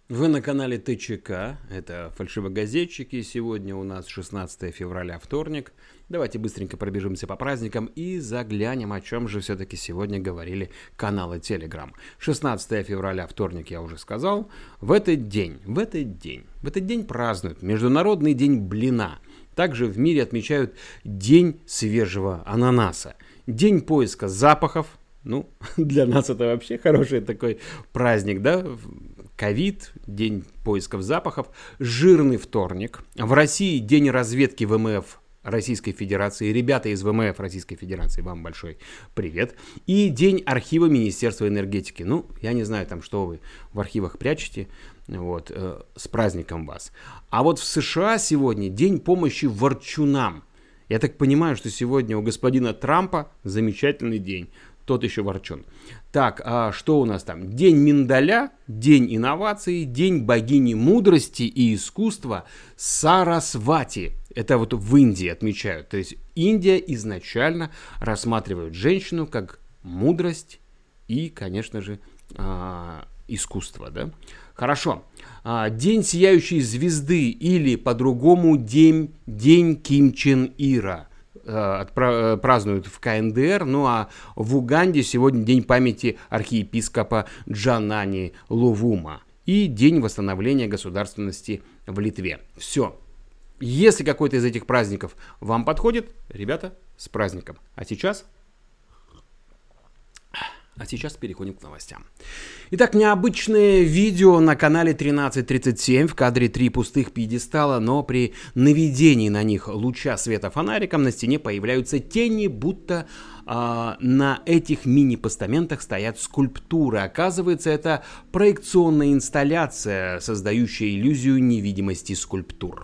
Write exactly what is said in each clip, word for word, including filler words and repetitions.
Вы на канале ТЧК, это фальшивогазетчики, сегодня у нас шестнадцатое февраля, вторник. Давайте быстренько пробежимся по праздникам и заглянем, о чем же все-таки сегодня говорили каналы Telegram. шестнадцатое февраля, вторник, я уже сказал. В этот день, в этот день, в этот день празднуют Международный день блина. Также в мире отмечают День свежего ананаса, День поиска запахов. Ну, для нас это вообще хороший такой праздник, да? Ковид, день поисков запахов, жирный вторник. В России день разведки ВМФ Российской Федерации. Ребята из ВМФ Российской Федерации, вам большой привет. И день архива Министерства энергетики. Ну, я не знаю, там, что вы в архивах прячете. Вот, э, с праздником вас. А вот в США сегодня день помощи ворчунам. Я так понимаю, что сегодня у господина Трампа замечательный день. Тот еще ворчун. Так, а что у нас там? День миндаля, день инноваций, день богини мудрости и искусства Сарасвати. Это вот в Индии отмечают. То есть Индия изначально рассматривает женщину как мудрость и, конечно же, искусство. Да? Хорошо. День сияющей звезды или по-другому день, день Ким Чен Ира. Празднуют в КНДР, ну а в Уганде сегодня день памяти архиепископа Джанани Лувума и день восстановления государственности в Литве. Все. Если какой-то из этих праздников вам подходит, ребята, с праздником. А сейчас... А сейчас переходим к новостям. Итак, необычное видео на канале тринадцать тридцать семь. В кадре три пустых пьедестала, но при наведении на них луча света фонариком на стене появляются тени, будто э, на этих мини-постаментах стоят скульптуры. Оказывается, это проекционная инсталляция, создающая иллюзию невидимости скульптур.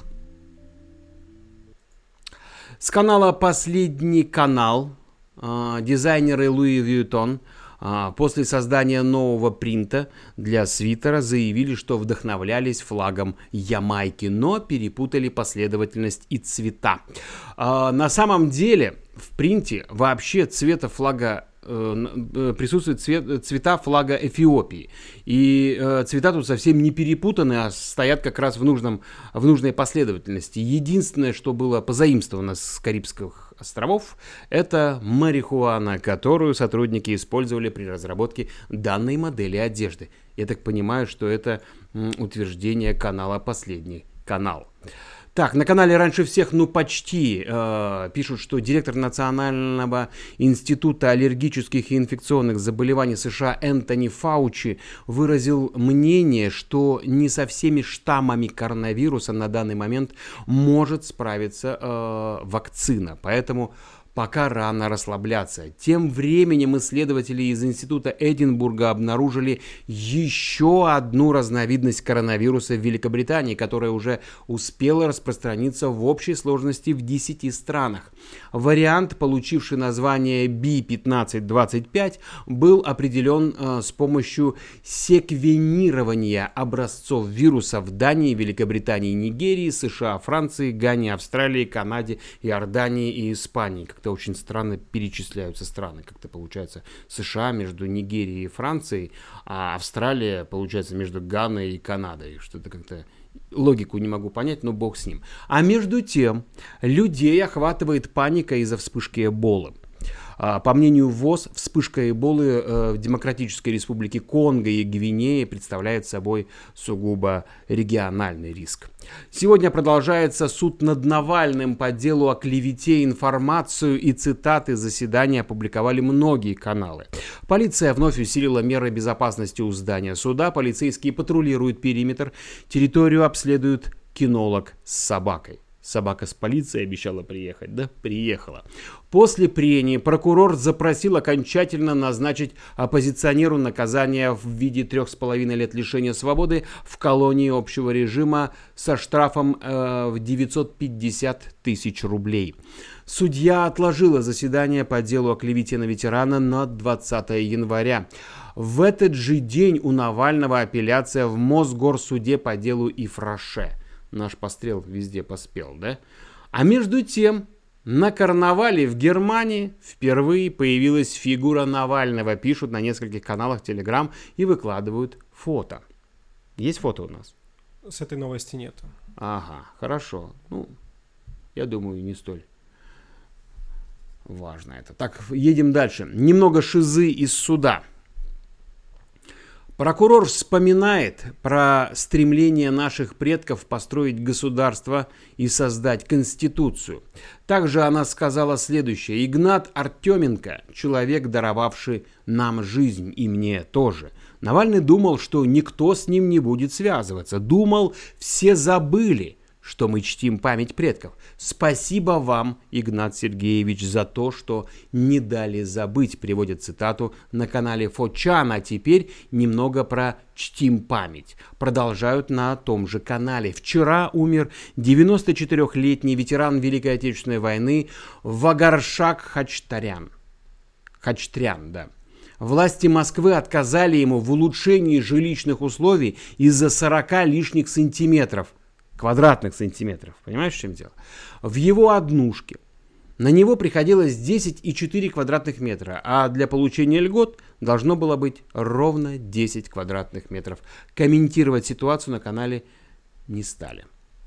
С канала «Последний канал» э, дизайнеры Луи Вьютон после создания нового принта для свитера заявили, что вдохновлялись флагом Ямайки, но перепутали последовательность и цвета. На самом деле в принте вообще цвета флага присутствуют цвет, цвета флага Эфиопии. И э, цвета тут совсем не перепутаны, а стоят как раз в, нужном, в нужной последовательности. Единственное, что было позаимствовано с Карибских островов, это марихуана, которую сотрудники использовали при разработке данной модели одежды. Я так понимаю, что это м, утверждение канала «Последний канал». Так, на канале «Раньше всех», ну почти, э, пишут, что директор Национального института аллергических и инфекционных заболеваний США Энтони Фаучи выразил мнение, что не со всеми штаммами коронавируса на данный момент может справиться э, вакцина. Поэтому пока рано расслабляться. Тем временем исследователи из Института Эдинбурга обнаружили еще одну разновидность коронавируса в Великобритании, которая уже успела распространиться в общей сложности в десяти странах. Вариант, получивший название би пятнадцать двадцать пять, был определен э, с помощью секвенирования образцов вируса в Дании, Великобритании, Нигерии, США, Франции, Гане, Австралии, Канаде, Иордании и Испании. Как-то очень странно перечисляются страны. Как-то получается США между Нигерией и Францией, а Австралия получается между Ганой и Канадой. Что-то как-то логику не могу понять, но бог с ним. А между тем людей охватывает паника из-за вспышки Эболы. По мнению ВОЗ, вспышка Эболы в Демократической Республике Конго и Гвинеи представляет собой сугубо региональный риск. Сегодня продолжается суд над Навальным по делу о клевете. Информацию и цитаты заседания опубликовали многие каналы. Полиция вновь усилила меры безопасности у здания суда. Полицейские патрулируют периметр. Территорию обследует кинолог с собакой. Собака с полицией обещала приехать, да? Приехала. После прений прокурор запросил окончательно назначить оппозиционеру наказание в виде трех с половиной лет лишения свободы в колонии общего режима со штрафом э, в девятьсот пятьдесят тысяч рублей. Судья отложила заседание по делу о клевете на ветерана на двадцатое января. В этот же день у Навального апелляция в Мосгорсуде по делу Ифраше. Наш пострел везде поспел, да? А между тем, на карнавале в Германии впервые появилась фигура Навального. Пишут на нескольких каналах Telegram и выкладывают фото. Есть фото у нас? С этой новости нет. Ага, хорошо. Ну, я думаю, не столь важно это. Так, едем дальше. Немного шизы из суда. Прокурор вспоминает про стремление наших предков построить государство и создать конституцию. Также она сказала следующее. Игнат Артеменко – человек, даровавший нам жизнь, и мне тоже. Навальный думал, что никто с ним не будет связываться. Думал, все забыли, что мы чтим память предков. Спасибо вам, Игнат Сергеевич, за то, что не дали забыть, приводит цитату на канале Фочан. А теперь немного про чтим память. Продолжают на том же канале. Вчера умер девяносточетырехлетний ветеран Великой Отечественной войны Вагаршак Хачатурян. Хачатрян, да. Власти Москвы отказали ему в улучшении жилищных условий из-за сорока лишних сантиметров. Квадратных сантиметров. Понимаешь, в чем дело? В его однушке на него приходилось десять и четыре квадратных метра, а для получения льгот должно было быть ровно десять квадратных метров. Комментировать ситуацию на канале не стали.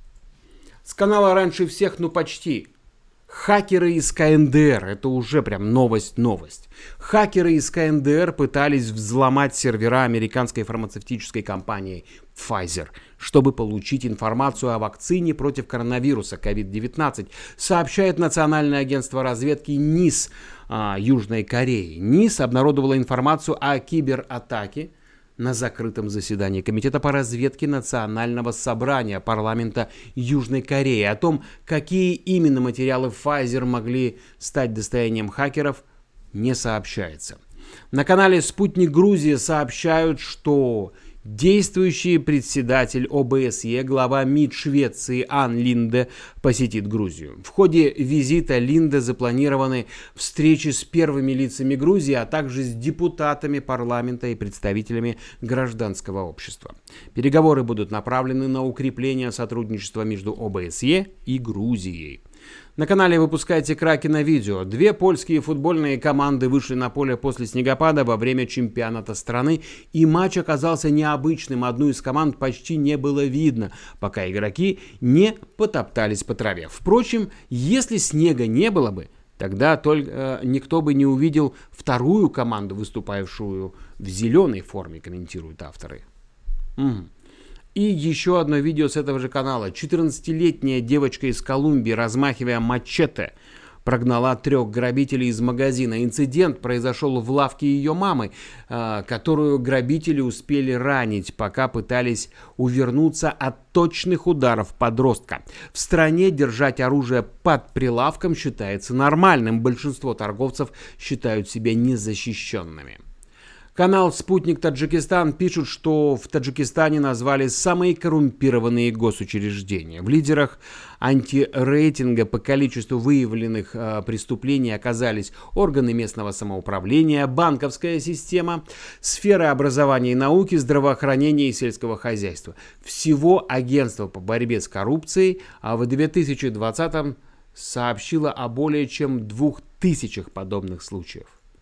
С канала раньше всех, ну почти. Хакеры из ка эн дэ эр, это уже прям новость-новость. Хакеры из ка эн дэ эр пытались взломать сервера американской фармацевтической компании Pfizer, чтобы получить информацию о вакцине против коронавируса ковид девятнадцать, сообщает Национальное агентство разведки НИС а, Южной Кореи. НИС обнародовала информацию о кибератаке на закрытом заседании Комитета по разведке Национального собрания парламента Южной Кореи. О том, какие именно материалы Pfizer могли стать достоянием хакеров, не сообщается. На канале «Спутник Грузии» сообщают, что действующий председатель о бэ эс е, глава МИД Швеции Ан Линде посетит Грузию. В ходе визита Линде запланированы встречи с первыми лицами Грузии, а также с депутатами парламента и представителями гражданского общества. Переговоры будут направлены на укрепление сотрудничества между о бэ эс е и Грузией. На канале «Выпускайте Кракена» видео. Две польские футбольные команды вышли на поле после снегопада во время чемпионата страны, и матч оказался необычным. Одну из команд почти не было видно, пока игроки не потоптались по траве. Впрочем, если снега не было бы, тогда только э, никто бы не увидел вторую команду, выступавшую в зеленой форме, комментируют авторы. Угу. И еще одно видео с этого же канала. четырнадцатилетняя девочка из Колумбии, размахивая мачете, прогнала трех грабителей из магазина. Инцидент произошел в лавке ее мамы, которую грабители успели ранить, пока пытались увернуться от точных ударов подростка. В стране держать оружие под прилавком считается нормальным. Большинство торговцев считают себя незащищенными. Канал «Спутник Таджикистан» пишут, что в Таджикистане назвали самые коррумпированные госучреждения. В лидерах антирейтинга по количеству выявленных э, преступлений оказались органы местного самоуправления, банковская система, сферы образования и науки, здравоохранения и сельского хозяйства. Всего агентство по борьбе с коррупцией а в две тысячи двадцатом сообщило о более чем двух тысячах подобных случаев.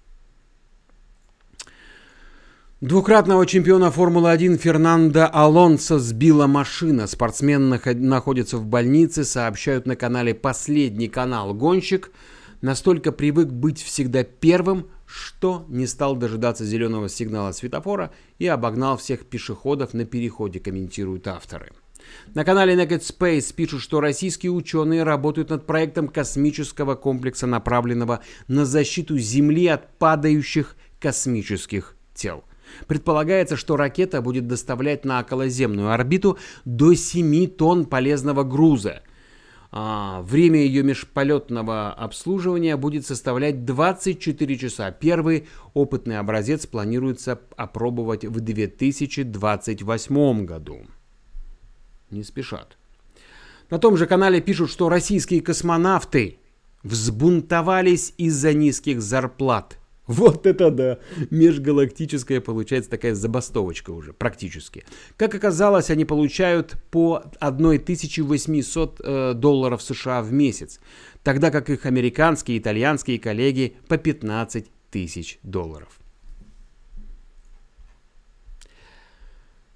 Двукратного чемпиона Формулы один Фернандо Алонсо сбила машина. Спортсмен находится в больнице, сообщают на канале «Последний канал». Гонщик настолько привык быть всегда первым, что не стал дожидаться зеленого сигнала светофора и обогнал всех пешеходов на переходе, комментируют авторы. На канале Naked Space пишут, что российские ученые работают над проектом космического комплекса, направленного на защиту Земли от падающих космических тел. Предполагается, что ракета будет доставлять на околоземную орбиту до семи тонн полезного груза. А, время ее межполетного обслуживания будет составлять двадцать четыре часа. Первый опытный образец планируется опробовать в две тысячи двадцать восьмом году. Не спешат. На том же канале пишут, что российские космонавты взбунтовались из-за низких зарплат. Вот это да! Межгалактическая получается такая забастовочка уже, практически. Как оказалось, они получают по тысяча восемьсот э, долларов США в месяц, тогда как их американские и итальянские коллеги по пятнадцать тысяч долларов.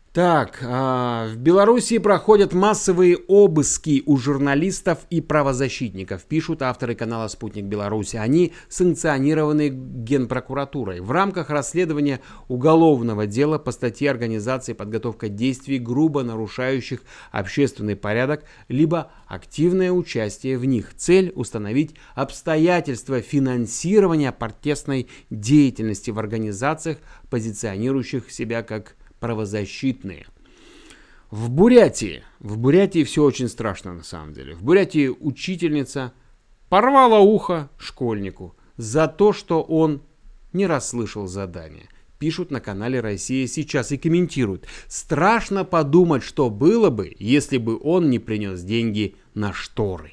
Так, а, в Беларуси проходят массовые обыски у журналистов и правозащитников, пишут авторы канала «Спутник Беларуси». Они санкционированы Генпрокуратурой в рамках расследования уголовного дела по статье организации подготовка действий, грубо нарушающих общественный порядок, либо активное участие в них. Цель – установить обстоятельства финансирования протестной деятельности в организациях, позиционирующих себя как правозащитные. В Бурятии, в Бурятии все очень страшно на самом деле. В Бурятии учительница порвала ухо школьнику за то, что он не расслышал задание. Пишут на канале «Россия сейчас» и комментируют. Страшно подумать, что было бы, если бы он не принес деньги на шторы.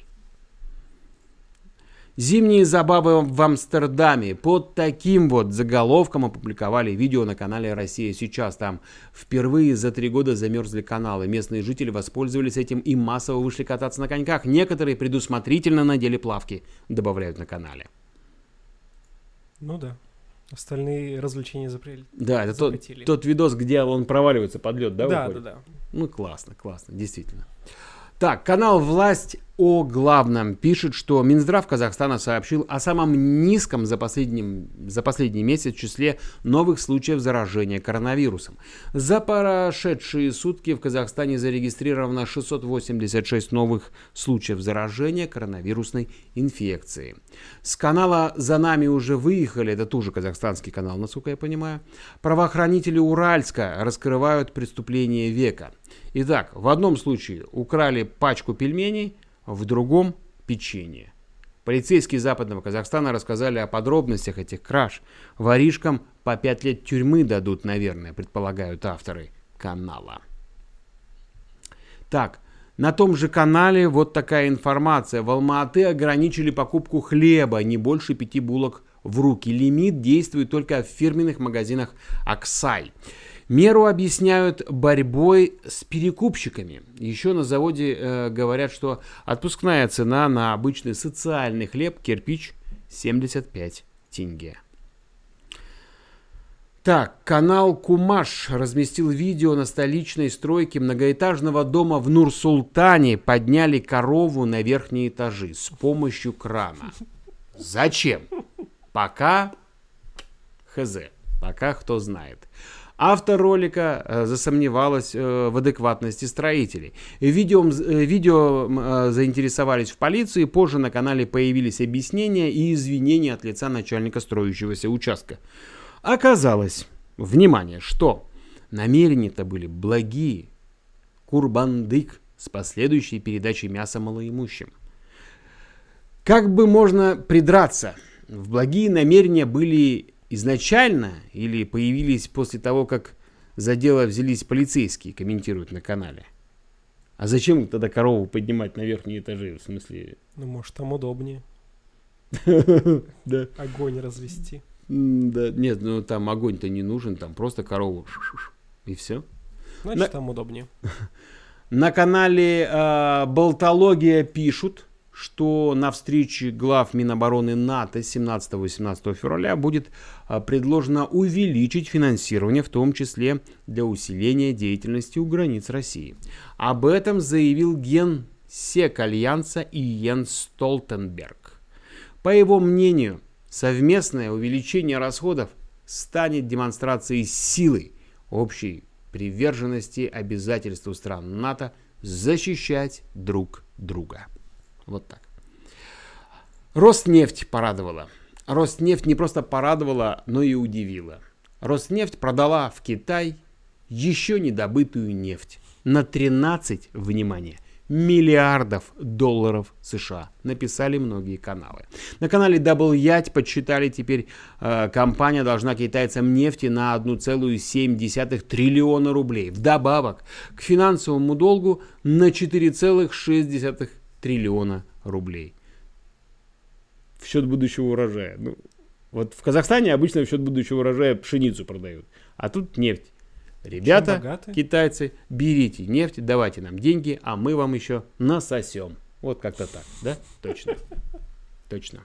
Зимние забавы в Амстердаме. Под таким вот заголовком опубликовали видео на канале «Россия сейчас». Там впервые за три года замерзли каналы. Местные жители воспользовались этим и массово вышли кататься на коньках. Некоторые предусмотрительно надели плавки, добавляют на канале. Ну да. Остальные развлечения запрели. Да, это тот, тот видос, где он проваливается под лед, да? Да, выходит? да, да. Ну классно, классно, действительно. Так, канал «Власть о главном» пишет, что Минздрав Казахстана сообщил о самом низком за, последним, за последний месяц числе новых случаев заражения коронавирусом. За прошедшие сутки в Казахстане зарегистрировано шестьсот восемьдесят шесть новых случаев заражения коронавирусной инфекцией. С канала «За нами» уже выехали, это тоже казахстанский канал, насколько я понимаю, правоохранители Уральска раскрывают преступление века. Итак, в одном случае украли пачку пельменей, в другом – печенье. Полицейские Западного Казахстана рассказали о подробностях этих краж. Воришкам по пять лет тюрьмы дадут, наверное, предполагают авторы канала. Так, на том же канале вот такая информация. В Алма-Аты ограничили покупку хлеба, не больше пяти булок в руки. Лимит действует только в фирменных магазинах «Аксай». Меру объясняют борьбой с перекупщиками. Еще на заводе э, говорят, что отпускная цена на обычный социальный хлеб кирпич семьдесят пять тенге. Так, канал Кумаш разместил видео на столичной стройке многоэтажного дома в Нур-Султане. Подняли корову на верхние этажи с помощью крана. Зачем? Пока хз. Пока кто знает. Автор ролика э, засомневалась э, в адекватности строителей. Видео, э, видео э, заинтересовались в полиции, позже на канале появились объяснения и извинения от лица начальника строящегося участка. Оказалось, внимание, что намерения-то были благие. Курбандык с последующей передачей мяса малоимущим. Как бы можно придраться? В благие намерения были изначально или появились после того, как за дело взялись полицейские, комментируют на канале. А зачем тогда корову поднимать на верхние этажи? В смысле? Ну, может, там удобнее. Да. Огонь развести. Да, нет, ну там огонь-то не нужен, там просто корову и все. Значит, там удобнее. На канале Болтология пишут, что на встрече глав Минобороны НАТО семнадцатого-восемнадцатого февраля будет предложено увеличить финансирование, в том числе для усиления деятельности у границ России. Об этом заявил генсек Альянса Йенс Столтенберг. По его мнению, совместное увеличение расходов станет демонстрацией силы общей приверженности обязательству стран НАТО защищать друг друга. Вот так. Роснефть порадовала. Роснефть не просто порадовала, но и удивила. Роснефть продала в Китай еще недобытую нефть на тринадцать, внимание, миллиардов долларов США. Написали многие каналы. На канале Дабл Ять подсчитали теперь, э, компания должна китайцам нефти на один целых семь десятых триллиона рублей. Вдобавок к финансовому долгу на четыре целых шесть десятых триллиона рублей. В счет будущего урожая. Ну, вот в Казахстане обычно в счет будущего урожая пшеницу продают. А тут нефть. Ребята, китайцы, берите нефть, давайте нам деньги, а мы вам еще насосем. Вот как-то так, да? Точно. Точно.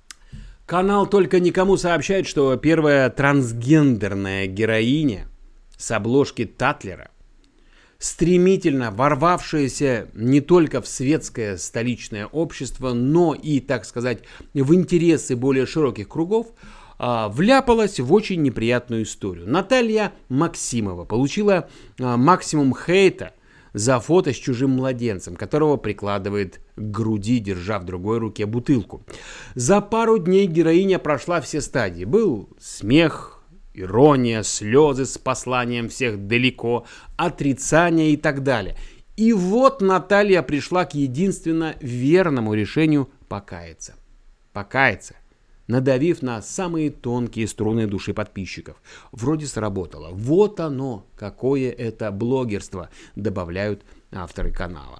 Канал «Только никому» сообщает, что первая трансгендерная героиня с обложки Татлера, стремительно ворвавшаяся не только в светское столичное общество, но и, так сказать, в интересы более широких кругов, вляпалась в очень неприятную историю. Наталья Максимова получила максимум хейта за фото с чужим младенцем, которого прикладывает к груди, держа в другой руке бутылку. За пару дней героиня прошла все стадии. Был смех, ирония, слезы с посланием всех далеко, отрицание и так далее. И вот Наталья пришла к единственно верному решению покаяться. Покаяться, надавив на самые тонкие струны души подписчиков. Вроде сработало. Вот оно, какое это блогерство, добавляют авторы канала.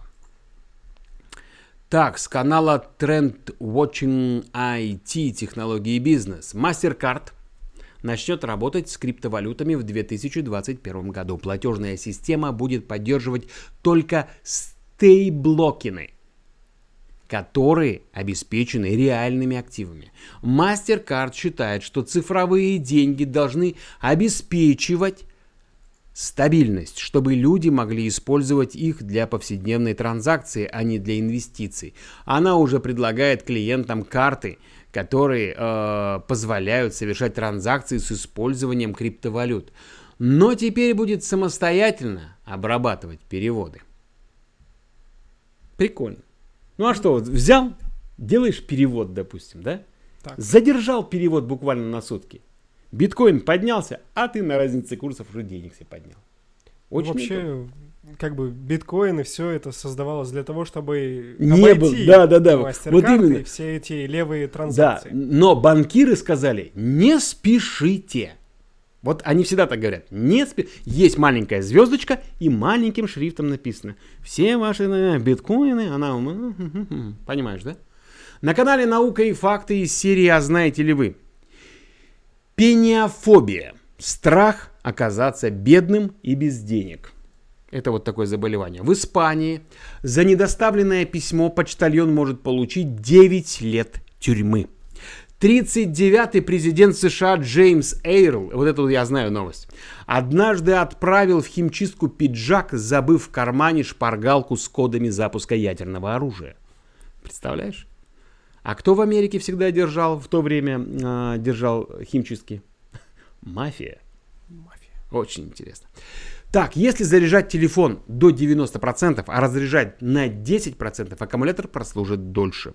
Так, с канала Trend Watching ай ти технологии и бизнес. MasterCard начнет работать с криптовалютами в две тысячи двадцать первом году. Платежная система будет поддерживать только стейблокины, которые обеспечены реальными активами. MasterCard считает, что цифровые деньги должны обеспечивать стабильность, чтобы люди могли использовать их для повседневной транзакции, а не для инвестиций. Она уже предлагает клиентам карты, которые э, позволяют совершать транзакции с использованием криптовалют. Но теперь будет самостоятельно обрабатывать переводы. Прикольно. Ну а что, вот взял, делаешь перевод, допустим, да? Так. Задержал перевод буквально на сутки. Биткоин поднялся, а ты на разнице курсов уже денег себе поднял. Очень Вообще, неплохо. как бы биткоин и все это создавалось для того, чтобы Не обойти был, да, да, да. MasterCard Вот именно. и все эти левые Да, транзакции. но банкиры сказали, не спешите. Вот они всегда так говорят. Не спи... Есть маленькая звездочка и маленьким шрифтом написано. Все ваши э, биткоины, она... Понимаешь, да? На канале «Наука и факты» из серии «А знаете ли вы?» Пениофобия. Страх оказаться бедным и без денег. Это вот такое заболевание. В Испании за недоставленное письмо почтальон может получить девять лет тюрьмы. тридцать девятый президент США Джеймс Эйрл, вот эту я знаю новость, однажды отправил в химчистку пиджак, забыв в кармане шпаргалку с кодами запуска ядерного оружия. Представляешь? А кто в Америке всегда держал в то время э, держал химчистки? Мафия. Мафия. Очень интересно. Так, если заряжать телефон до девяноста процентов, а разряжать на десять процентов, аккумулятор прослужит дольше.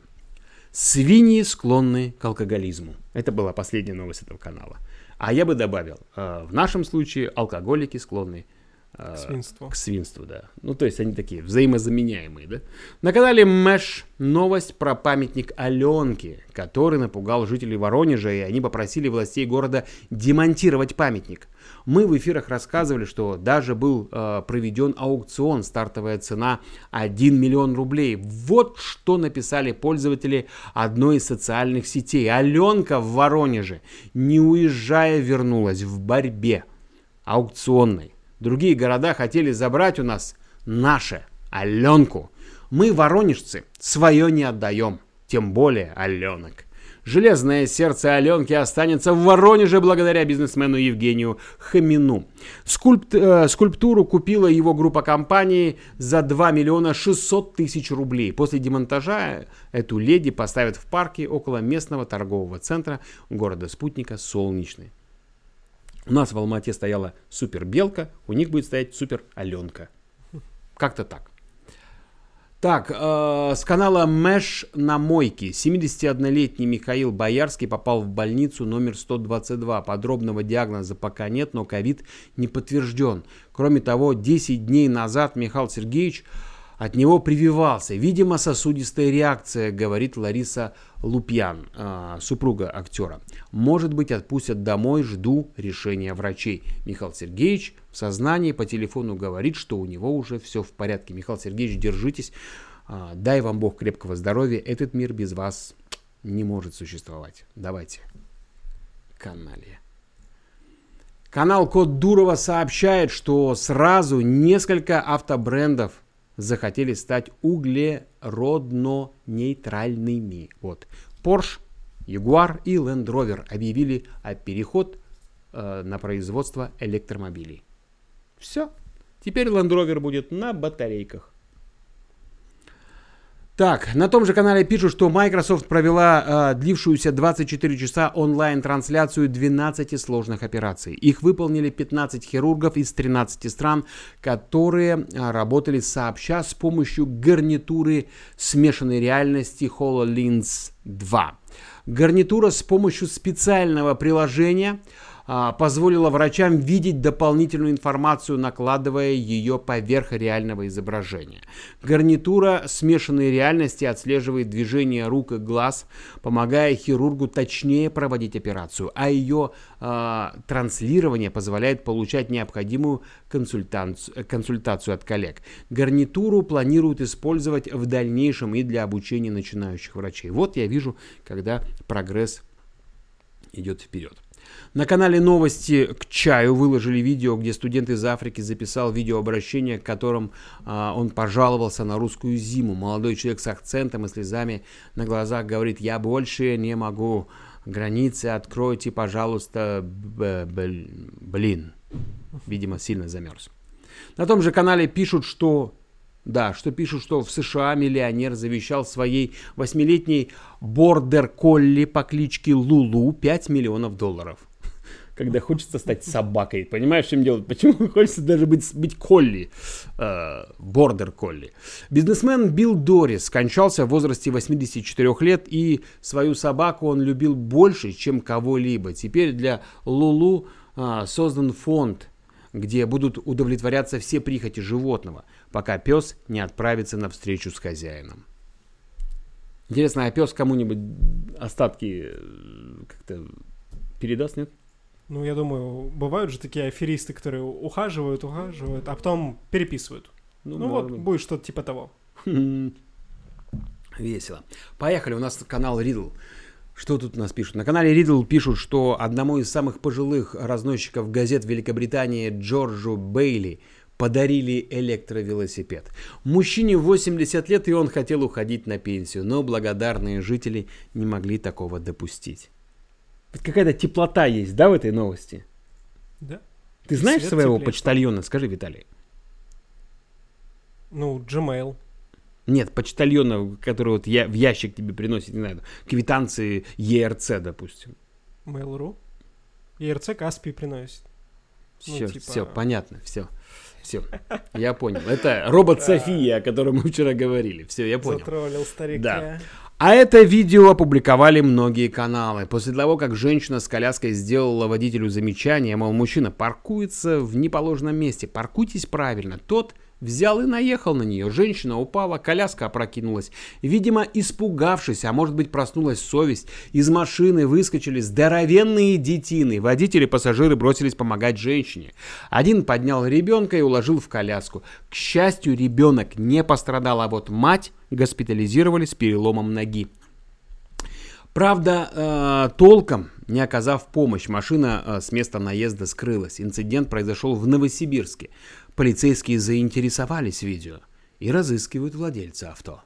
Свиньи склонны к алкоголизму. Это была последняя новость этого канала. А я бы добавил, э, в нашем случае алкоголики склонны э, К свинству. К свинству, да. Ну, то есть они такие взаимозаменяемые, да. На канале Мэш новость про памятник Аленке, который напугал жителей Воронежа, и они попросили властей города демонтировать памятник. Мы в эфирах рассказывали, что даже был э, проведен аукцион, стартовая цена один миллион рублей. Вот что написали пользователи одной из социальных сетей. Аленка в Воронеже, не уезжая, вернулась в борьбе аукционной. Другие города хотели забрать у нас наше Аленку. Мы, воронежцы, свое не отдаем, тем более Аленок. Железное сердце Аленки останется в Воронеже благодаря бизнесмену Евгению Хомину. Скульпт, э, скульптуру купила его группа компаний за два миллиона шестьсот тысяч рублей. После демонтажа эту леди поставят в парке около местного торгового центра города-спутника Солнечный. У нас в Алмате стояла супер белка, у них будет стоять супер Аленка. Как-то так. Так, э, с канала Мэш на мойке. семидесятиоднолетний Михаил Боярский попал в больницу номер сто двадцать два. Подробного диагноза пока нет, но ковид не подтвержден. Кроме того, десять дней назад Михаил Сергеевич от него прививался. Видимо, сосудистая реакция, говорит Лариса Лупьян, э, супруга актера. Может быть, отпустят домой, жду решения врачей. Михаил Сергеевич в сознании по телефону говорит, что у него уже все в порядке. Михаил Сергеевич, держитесь, э, дай вам Бог крепкого здоровья. Этот мир без вас не может существовать. Давайте. Канале. Канал Код Дурова сообщает, что сразу несколько автобрендов захотели стать углеродно-нейтральными. Вот. Porsche, Jaguar и Land Rover объявили о переход э, на производство электромобилей. Все. Теперь Land Rover будет на батарейках. Так, на том же канале пишут, что Microsoft провела э, длившуюся двадцать четыре часа онлайн-трансляцию двенадцати сложных операций. Их выполнили пятнадцать хирургов из тринадцати стран, которые э, работали сообща с помощью гарнитуры смешанной реальности HoloLens два. Гарнитура с помощью специального приложения а, позволила врачам видеть дополнительную информацию, накладывая ее поверх реального изображения. Гарнитура смешанной реальности отслеживает движение рук и глаз, помогая хирургу точнее проводить операцию, а ее а, транслирование позволяет получать необходимую консультацию, консультацию от коллег. Гарнитуру планируют использовать в дальнейшем и для обучения начинающих врачей. Вот я вижу, когда прогресс идет вперед. На канале Новости к чаю выложили видео, где студент из Африки записал видеообращение, в котором а, он пожаловался на русскую зиму. Молодой человек с акцентом и слезами на глазах говорит: «Я больше не могу. Границы откройте, пожалуйста, б- б- блин». Видимо, сильно замерз. На том же канале пишут, что... Да, что пишут, что в США миллионер завещал своей восьмилетней бордер-колли по кличке Лулу пять миллионов долларов. Когда хочется стать собакой. Понимаешь, в чем дело? Почему хочется даже быть, быть колли? Бордер-колли. Бизнесмен Билл Дорис скончался в возрасте восьмидесяти четырёх лет, и свою собаку он любил больше, чем кого-либо. Теперь для Лулу а, создан фонд, где будут удовлетворяться все прихоти животного, пока пес не отправится на встречу с хозяином. Интересно, а пес кому-нибудь остатки как-то передаст, нет? Ну, я думаю, бывают же такие аферисты, которые ухаживают, ухаживают, а потом переписывают. Ну, ну вот, быть. Будет что-то типа того. Весело. Поехали, у нас канал Riddle. Что тут у нас пишут? На канале Riddle пишут, что одному из самых пожилых разносчиков газет Великобритании Джорджу Бейли подарили электровелосипед. Мужчине восемьдесят лет, и он хотел уходить на пенсию, но благодарные жители не могли такого допустить. Какая-то теплота есть, да, в этой новости? Да. Ты знаешь Свет своего теплее. почтальона? Скажи, Виталий. Ну, Gmail. Нет, почтальона, который вот я, в ящик тебе приносит, не знаю, квитанции и эр си, допустим. Mail.ru. и эр си Каспий приносит. Все, ну, типа... все, понятно, все. Все, я понял. Это робот София, о котором мы вчера говорили. Все, я понял. Затроллил старика. Да. А это видео опубликовали многие каналы. После того, как женщина с коляской сделала водителю замечание, мол, мужчина паркуется в неположенном месте. Паркуйтесь правильно. Тот взял и наехал на нее. Женщина упала, коляска опрокинулась. Видимо, испугавшись, а может быть проснулась совесть, из машины выскочили здоровенные детины. Водители и пассажиры бросились помогать женщине. Один поднял ребенка и уложил в коляску. К счастью, ребенок не пострадал, а вот мать госпитализировали с переломом ноги. Правда, э, толком не оказав помощь, машина э, с места наезда скрылась. Инцидент произошел в Новосибирске. Полицейские заинтересовались видео и разыскивают владельца авто.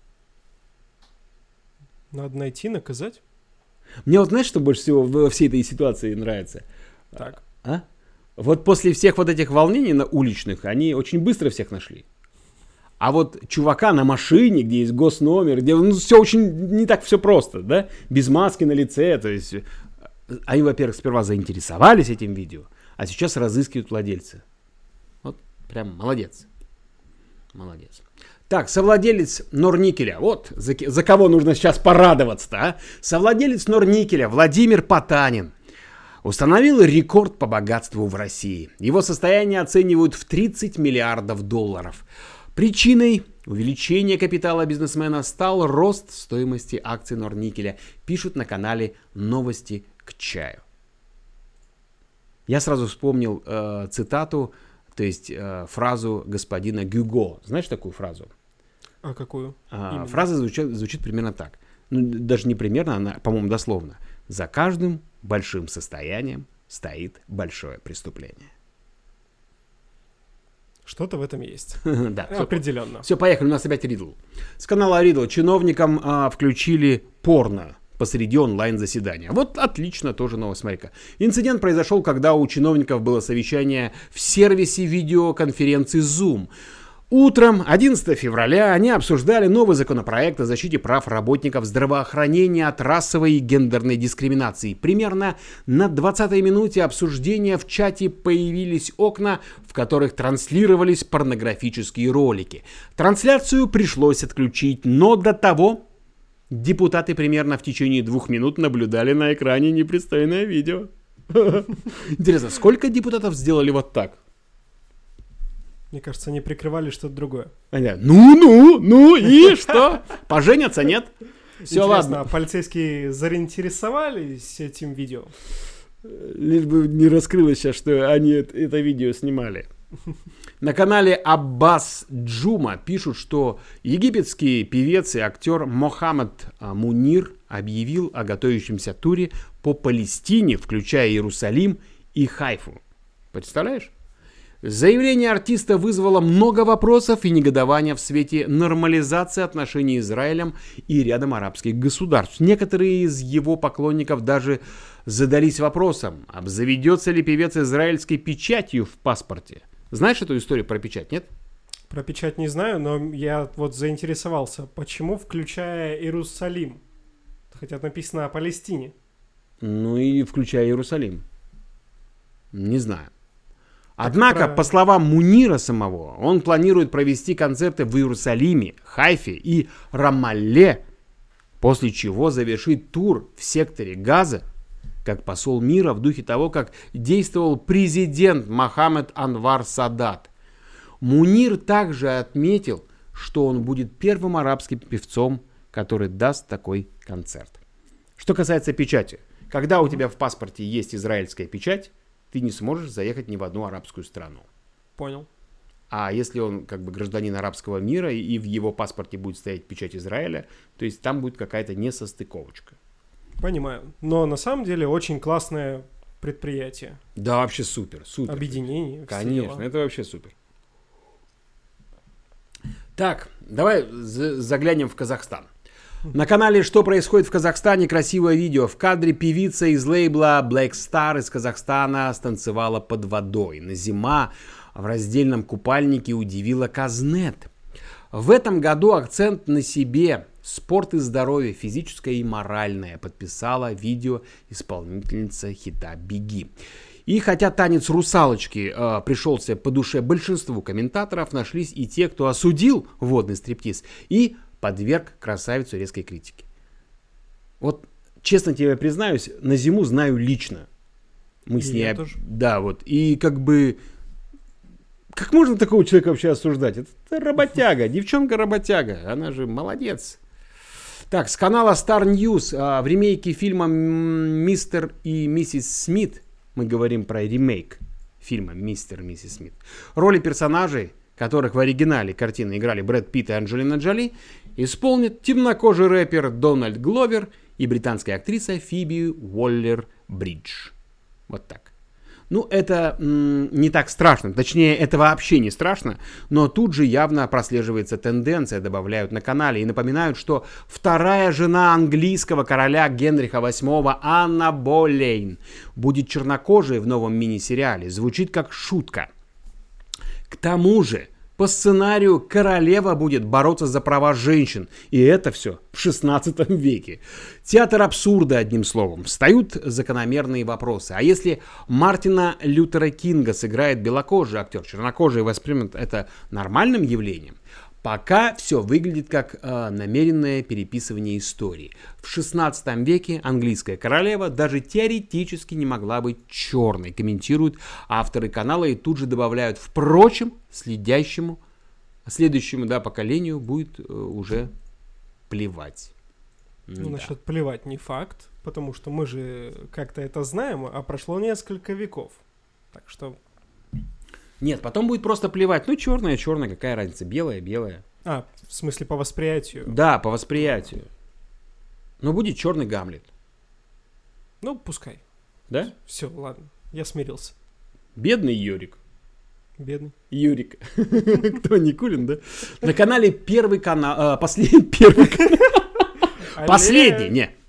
Надо найти, наказать. Мне вот знаешь, что больше всего во всей этой ситуации нравится? Так. А? Вот после всех вот этих волнений на уличных, они очень быстро всех нашли. А вот чувака на машине, где есть госномер, где ну, все очень не так все просто, да? Без маски на лице, то есть... Они, во-первых, сперва заинтересовались этим видео, а сейчас разыскивают владельца. Вот прям молодец. Молодец. Так, совладелец Норникеля. Вот за, за кого нужно сейчас порадоваться-то, а? Совладелец Норникеля Владимир Потанин установил рекорд по богатству в России. Его состояние оценивают в тридцать миллиардов долларов. Причиной увеличения капитала бизнесмена стал рост стоимости акций Норникеля, пишут на канале Новости к чаю. Я сразу вспомнил э, цитату, то есть э, фразу господина Гюго. Знаешь такую фразу? А какую? А, фраза звучит, звучит примерно так. Ну, даже не примерно, она, по-моему, дословно. За каждым большим состоянием стоит большое преступление. Что-то в этом есть. Да, определенно. Все, поехали, у нас опять Ридл. С канала Ридл чиновникам а, включили порно. посреди онлайн-заседания. Вот отлично, тоже новость, смотри-ка. Инцидент произошел, когда у чиновников было совещание в сервисе видеоконференции Zoom. Утром одиннадцатого февраля они обсуждали новый законопроект о защите прав работников здравоохранения от расовой и гендерной дискриминации. Примерно на двадцатой минуте обсуждения в чате появились окна, в которых транслировались порнографические ролики. Трансляцию пришлось отключить, но до того депутаты примерно в течение двух минут наблюдали на экране непристойное видео. Интересно, сколько депутатов сделали вот так? Мне кажется, они прикрывали что-то другое. Ну-ну, ну и что? Поженятся, нет? Все, ладно. А полицейские заинтересовались этим видео? Лишь бы не раскрылось сейчас, что они это видео снимали. На канале Аббас Джума пишут, что египетский певец и актер Мохаммед Мунир объявил о готовящемся туре по Палестине, включая Иерусалим и Хайфу. Представляешь? Заявление артиста вызвало много вопросов и негодования в свете нормализации отношений с Израилем и рядом арабских государств. Некоторые из его поклонников даже задались вопросом, обзаведется ли певец израильской печатью в паспорте. Знаешь эту историю про печать, нет? Про печать не знаю, но я вот заинтересовался, почему включая Иерусалим? Хотя написано о Палестине. Ну и включая Иерусалим. Не знаю. Однако, про... по словам Мунира самого, он планирует провести концерты в Иерусалиме, Хайфе и Рамалле, после чего завершит тур в секторе Газа, как посол мира в духе того, как действовал президент Мохаммед Анвар Садат. Мунир также отметил, что он будет первым арабским певцом, который даст такой концерт. Что касается печати, когда у тебя в паспорте есть израильская печать, ты не сможешь заехать ни в одну арабскую страну. Понял. А если он как бы гражданин арабского мира и в его паспорте будет стоять печать Израиля, то есть там будет какая-то несостыковочка. Понимаю. Но на самом деле очень классное предприятие. Да, вообще супер, супер. Объединение. Конечно, это вообще супер. Так, давай заглянем в Казахстан. На канале «Что происходит в Казахстане» красивое видео. В кадре певица из лейбла Black Star из Казахстана станцевала под водой. Назима в раздельном купальнике удивила Казнет. В этом году акцент на себе. Спорт и здоровье, физическое и моральное, подписала видео исполнительница хита «Беги». И хотя танец русалочки э, пришелся по душе большинству комментаторов, нашлись и те, кто осудил водный стриптиз и подверг красавицу резкой критике. Вот, честно тебе признаюсь, Назиму знаю лично. Мы с и ней... я тоже. Да, вот. И как бы... Как можно такого человека вообще осуждать? Это, это работяга, девчонка-работяга. Она же молодец. Так, с канала Star News. А, в ремейке фильма «Мистер и миссис Смит», мы говорим про ремейк фильма «Мистер и миссис Смит», роли персонажей, которых в оригинале картины играли Брэд Питт и Анджелина Джоли, исполнит темнокожий рэпер Дональд Гловер и британская актриса Фиби Уоллер-Бридж. Вот так. Ну, это м, не так страшно. Точнее, это вообще не страшно. Но тут же явно прослеживается тенденция, добавляют на канале. И напоминают, что вторая жена английского короля Генриха восьмого, Анна Болейн, будет чернокожей в новом мини-сериале. Звучит как шутка. К тому же, по сценарию королева будет бороться за права женщин. И это все в шестнадцатом веке. Театр абсурда, одним словом. Встают закономерные вопросы. А если Мартина Лютера Кинга сыграет белокожий актер, чернокожий воспримет это нормальным явлением? Пока все выглядит как э, намеренное переписывание истории. В шестнадцатом веке английская королева даже теоретически не могла быть черной, комментируют авторы канала и тут же добавляют: впрочем, следящему, следующему да, поколению будет э, уже плевать. Ну, да. Насчет плевать не факт, потому что мы же как-то это знаем, а прошло несколько веков. Так что... Нет, потом будет просто плевать. Ну, черная, черная, какая разница? Белая, белая. А, в смысле по восприятию? Да, по восприятию. Но будет черный Гамлет. Ну, пускай. Да? Все, ладно, я смирился. Бедный Юрик. Бедный. Юрик. Кто, Никулин, да? На канале Первый канал... Последний, Первый канал. Последний, не.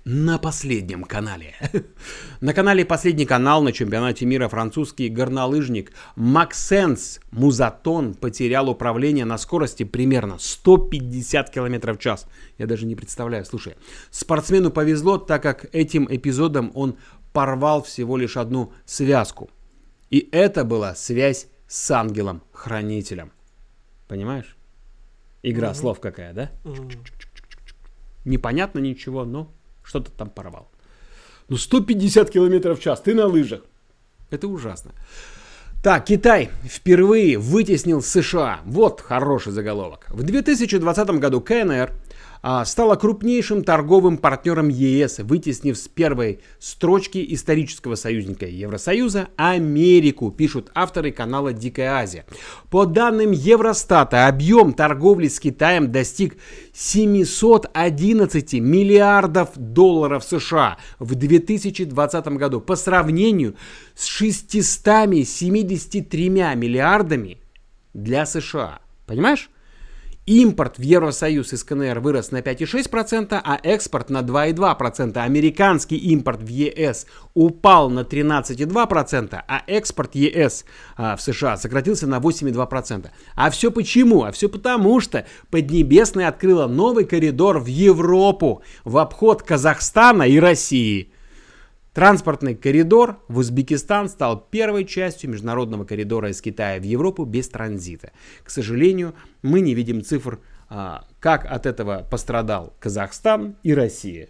на последнем канале. На канале «Последний канал» на чемпионате мира французский горнолыжник Максенс Музатон потерял управление на скорости примерно сто пятьдесят километров в час. Я даже не представляю. Слушай, спортсмену повезло, так как этим эпизодом он порвал всего лишь одну связку. И это была связь с ангелом-хранителем. Понимаешь? Игра mm-hmm. слов какая, да? Mm-hmm. Непонятно ничего, но что-то там порвал. Ну, сто пятьдесят километров в час, ты на лыжах. Это ужасно. Так, Китай впервые вытеснил США. Вот хороший заголовок. В две тысячи двадцатом году КНР а, стала крупнейшим торговым партнером ЕС, вытеснив с первой строчки исторического союзника Евросоюза Америку, пишут авторы канала «Дикая Азия». По данным Евростата, объем торговли с Китаем достиг семьсот одиннадцать миллиардов долларов США в две тысячи двадцатом году по сравнению с шестьюстами семьюдесятью тремя миллиардами для США. Понимаешь? Импорт в Евросоюз из КНР вырос на пять целых шесть десятых процента, а экспорт на два целых две десятых процента. Американский импорт в ЕС упал на тринадцать целых два десятых процента, а экспорт ЕС а, в США сократился на восемь целых два десятых процента. А все почему? А все потому, что Поднебесная открыла новый коридор в Европу в обход Казахстана и России. Транспортный коридор в Узбекистан стал первой частью международного коридора из Китая в Европу без транзита. К сожалению, мы не видим цифр, как от этого пострадал Казахстан и Россия.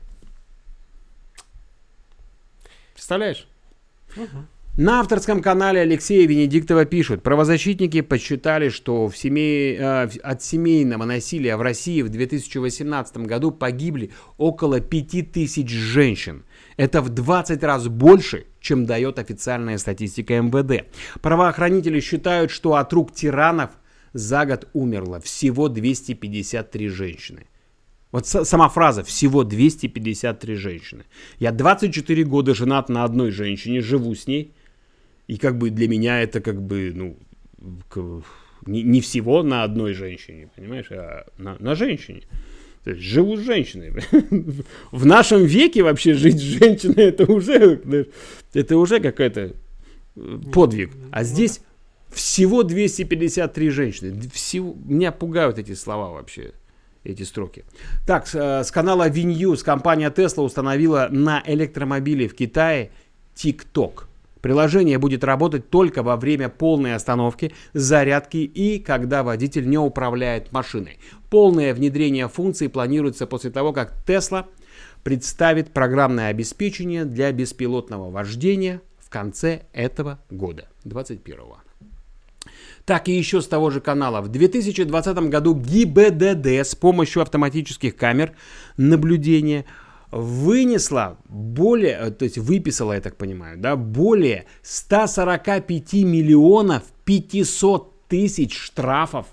Представляешь? Угу. На авторском канале Алексея Венедиктова пишут: правозащитники подсчитали, что в семей, э, от семейного насилия в России в две тысячи восемнадцатом году погибли около пяти тысяч женщин. Это в двадцать раз больше, чем дает официальная статистика эм вэ дэ. Правоохранители считают, что от рук тиранов за год умерло всего двести пятьдесят три женщины. Вот сама фраза «всего двести пятьдесят три женщины». Я двадцать четыре года женат на одной женщине, живу с ней. И как бы для меня это как бы, ну, не, не всего на одной женщине, понимаешь, а на, на женщине. То есть живу с женщиной. В нашем веке вообще жить с женщиной это уже, это уже какой-то подвиг. А здесь всего двести пятьдесят три женщины. Всего, меня пугают эти слова вообще, эти строки. Так, с канала VNews компания Tesla установила на электромобиле в Китае TikTok. Приложение будет работать только во время полной остановки, зарядки и когда водитель не управляет машиной. Полное внедрение функций планируется после того, как Tesla представит программное обеспечение для беспилотного вождения в конце этого года, двадцать первого. Так, и еще с того же канала. В две тысячи двадцатом году ГИБДД с помощью автоматических камер наблюдения вынесла более, то есть выписала, я так понимаю, да, более ста сорока пяти миллионов пятисот тысяч штрафов.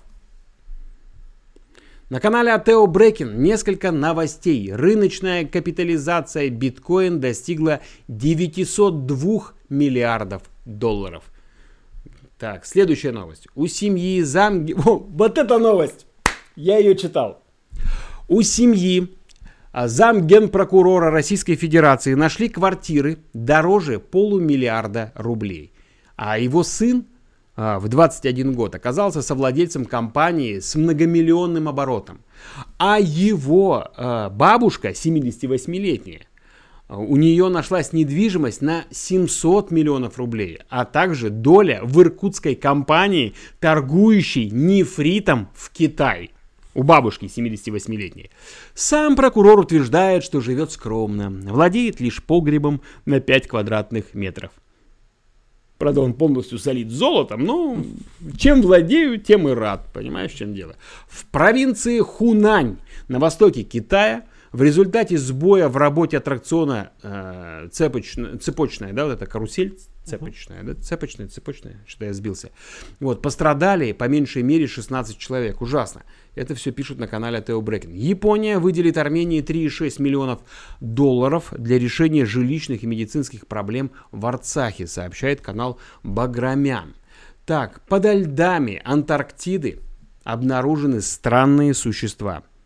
На канале Атео Брекин несколько новостей. Рыночная капитализация биткоин достигла девятисот двух миллиардов долларов. Так, следующая новость. У семьи зам... О, вот эта новость! Я ее читал. У семьи замгенпрокурора Российской Федерации нашли квартиры дороже полумиллиарда рублей. А его сын а, в двадцать один год оказался совладельцем компании с многомиллионным оборотом. А его а, бабушка, семидесятивосьмилетняя, у нее нашлась недвижимость на семьсот миллионов рублей, а также доля в иркутской компании, торгующей нефритом в Китай. У бабушки семидесятивосьмилетней. Сам прокурор утверждает, что живет скромно, владеет лишь погребом на пять квадратных метров. Правда, он полностью солит золотом, но чем владею, тем и рад. Понимаешь, в чем дело? В провинции Хунань на востоке Китая в результате сбоя в работе аттракциона э, цепочная, цепочная, да, вот эта карусель цепочная, да, цепочная, цепочная, что я сбился. Вот, пострадали по меньшей мере шестнадцать человек. Ужасно. Это все пишут на канале Тео Брекин. Япония выделит Армении три целых шесть десятых миллионов долларов для решения жилищных и медицинских проблем в Арцахе, сообщает канал Баграмян. Так, подо льдами Антарктиды обнаружены странные существа.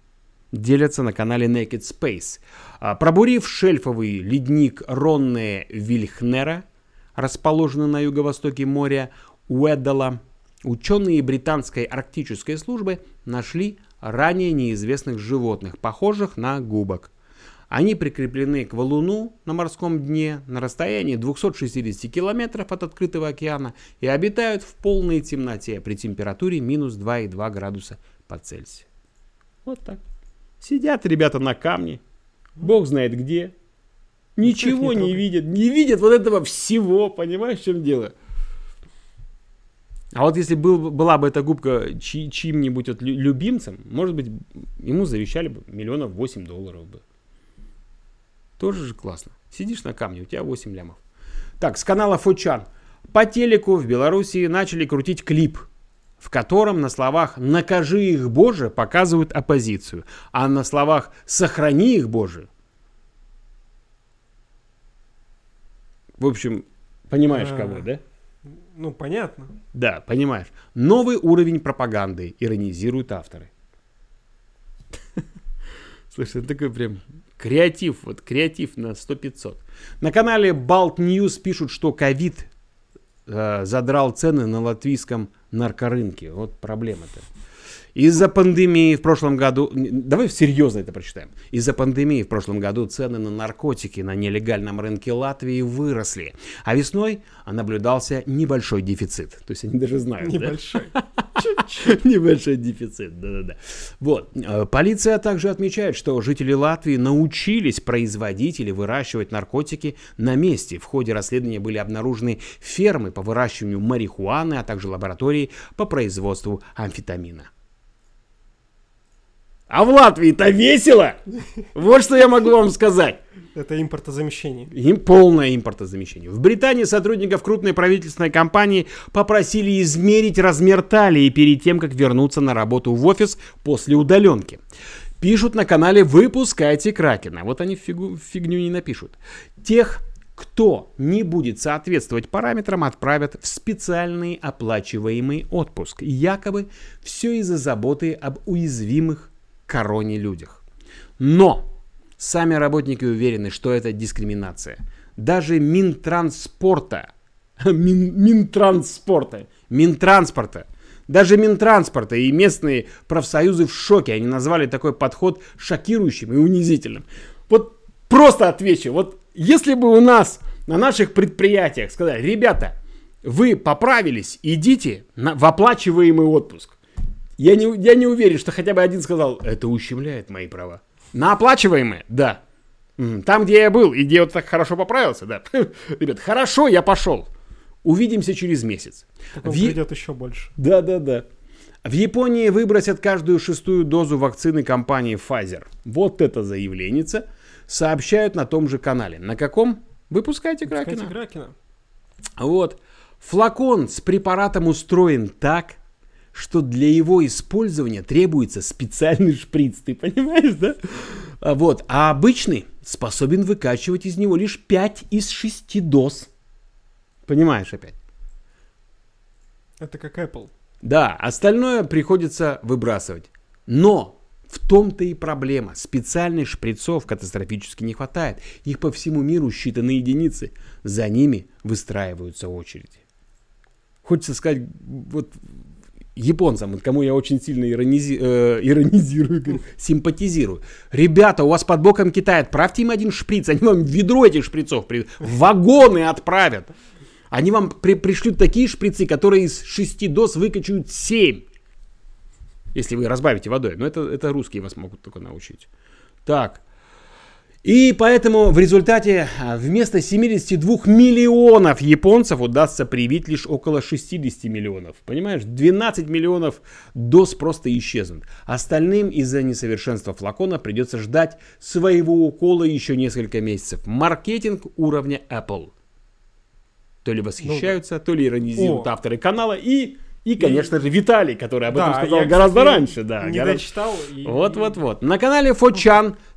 делятся на канале Naked Space. Пробурив шельфовый ледник Ронне Вильхнера, расположенный на юго-востоке моря Уэддала, ученые британской арктической службы нашли ранее неизвестных животных, похожих на губок. Они прикреплены к валуну на морском дне на расстоянии двести шестьдесят километров от открытого океана и обитают в полной темноте при температуре минус два и два градуса по Цельсию. Вот так. Сидят ребята на камне, бог знает где, ничего не, не видят, не видят вот этого всего, понимаешь, в чем дело? А вот если был, была бы эта губка чи, чьим-нибудь вот любимцем, может быть, ему завещали бы миллионов восемь долларов бы. Тоже же классно. Сидишь на камне, у тебя восемь лямов. Так, с канала Фочан. По телеку в Белоруссии начали крутить клип, в котором на словах «накажи их, Боже» показывают оппозицию, а на словах «сохрани их, Боже». В общем, понимаешь, А, кого, да? Ну, понятно. Да, понимаешь. Новый уровень пропаганды, иронизируют авторы. Слушай, это такой прям креатив, вот креатив на сто пятьсот. На канале Balt News пишут, что ковид э, задрал цены на латвийском наркорынке. Вот проблема-то. Из-за пандемии в прошлом году... Давай серьезно это прочитаем. Из-за пандемии в прошлом году цены на наркотики на нелегальном рынке Латвии выросли. А весной наблюдался небольшой дефицит. То есть они даже знают, Небольшой. да? Небольшой дефицит, да-да-да. Вот. Полиция также отмечает, что жители Латвии научились производить или выращивать наркотики на месте. В ходе расследования были обнаружены фермы по выращиванию марихуаны, а также лаборатории по производству амфетамина. А в Латвии-то весело! Вот что я могу вам сказать. Это импортозамещение. Им полное импортозамещение. В Британии сотрудников крупной правительственной компании попросили измерить размер талии перед тем, как вернуться на работу в офис после удаленки. Пишут на канале «Выпускайте Кракена». Вот они фигу, фигню не напишут. Тех, кто не будет соответствовать параметрам, отправят в специальный оплачиваемый отпуск. Якобы все из-за заботы об уязвимых короне людях. Но сами работники уверены, что это дискриминация. Даже Минтранспорта, Мин, Минтранспорта, Минтранспорта, даже Минтранспорта и местные профсоюзы в шоке. Они назвали такой подход шокирующим и унизительным. Вот просто отвечу. Вот если бы у нас на наших предприятиях сказали: ребята, вы поправились, идите на, в оплачиваемый отпуск. Я не, я не уверен, что хотя бы один сказал: это ущемляет мои права. На оплачиваемые? Да. Там, где я был и где вот так хорошо поправился, да. Ребят, хорошо, я пошел. Увидимся через месяц. Он Е... придет еще больше. Да, да, да. В Японии выбросят каждую шестую дозу вакцины компании Pfizer. Вот это заявленница. Сообщают на том же канале. На каком? Выпускайте Кракена. Выпускайте Кракена. Вот. Флакон с препаратом устроен так, что для его использования требуется специальный шприц. Ты понимаешь, да? А вот. А обычный способен выкачивать из него лишь пять из шести доз. Понимаешь опять? Это как Apple. Да, остальное приходится выбрасывать. Но в том-то и проблема. Специальных шприцов катастрофически не хватает. Их по всему миру считаны единицы. За ними выстраиваются очереди. Хочется сказать, вот японцам, кому я очень сильно иронизи, э, иронизирую, говорю, симпатизирую. Ребята, у вас под боком Китай, отправьте им один шприц, они вам ведро этих шприцов, при... вагоны отправят. Они вам при... пришлют такие шприцы, которые из шести доз выкачают семь. Если вы разбавите водой. Но это, это русские вас могут только научить. Так. И поэтому в результате вместо семидесяти двух миллионов японцев удастся привить лишь около шестидесяти миллионов. Понимаешь? двенадцать миллионов доз просто исчезнут. Остальным из-за несовершенства флакона придется ждать своего укола еще несколько месяцев. Маркетинг уровня Apple. То ли восхищаются, ну, то ли иронизируют О. авторы канала и... И, конечно же, Виталий, который об этом да, сказал я, гораздо кстати, раньше. Да, не гораздо... дочитал. И... Вот-вот-вот. На канале Фочан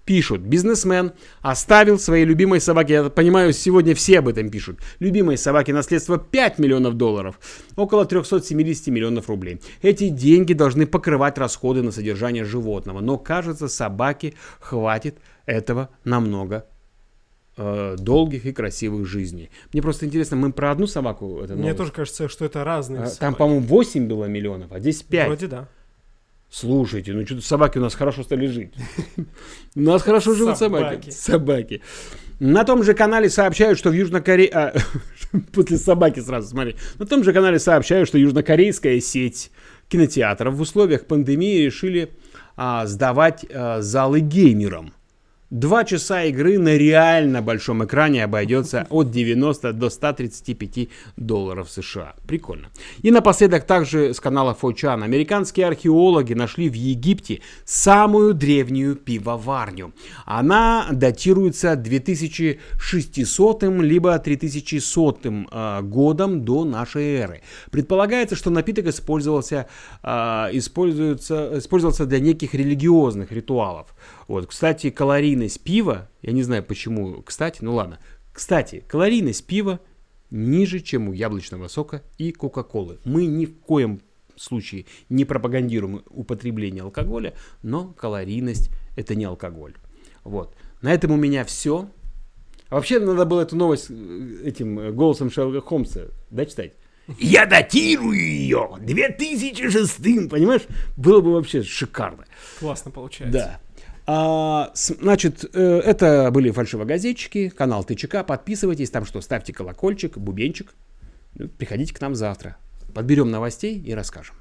Пишут, бизнесмен оставил своей любимой собаке, я понимаю, сегодня все об этом пишут, любимой собаке наследство пять миллионов долларов, около триста семьдесят миллионов рублей. Эти деньги должны покрывать расходы на содержание животного, но, кажется, собаке хватит этого намного э, долгих и красивых жизней. Мне просто интересно, мы про одну собаку... Это Мне тоже кажется, что это разные а, собаки. Там, по-моему, восемь было миллионов, а здесь пять. Вроде да. Слушайте, ну что-то собаки у нас хорошо стали жить. У нас хорошо живут собаки. Собаки. На том же канале сообщают, что в Южной Корее... А, после собаки сразу, смотри. На том же канале сообщают, что южнокорейская сеть кинотеатров в условиях пандемии решили а, сдавать а, залы геймерам. Два часа игры на реально большом экране обойдется от девяноста до ста тридцати пяти долларов США. Прикольно. И напоследок также с канала фор чан. Американские археологи нашли в Египте самую древнюю пивоварню. Она датируется две тысячи шестисотым либо три тысячи сотым э, годом до нашей эры. Предполагается, что напиток использовался, э, используется, использовался для неких религиозных ритуалов. Вот, кстати, калорийность пива, я не знаю почему, кстати, ну ладно. Кстати, калорийность пива ниже, чем у яблочного сока и кока-колы. Мы ни в коем случае не пропагандируем употребление алкоголя, но калорийность это не алкоголь. Вот. На этом у меня все. А вообще надо было эту новость этим голосом Шерлока Холмса, да, читать? Я датирую ее две тысячи шестым, понимаешь? Было бы вообще шикарно. Классно получается. Да. А, значит, это были фальшивогазетчики, канал ТЧК. Подписывайтесь, там что, ставьте колокольчик, бубенчик. Приходите к нам завтра. Подберем новостей и расскажем.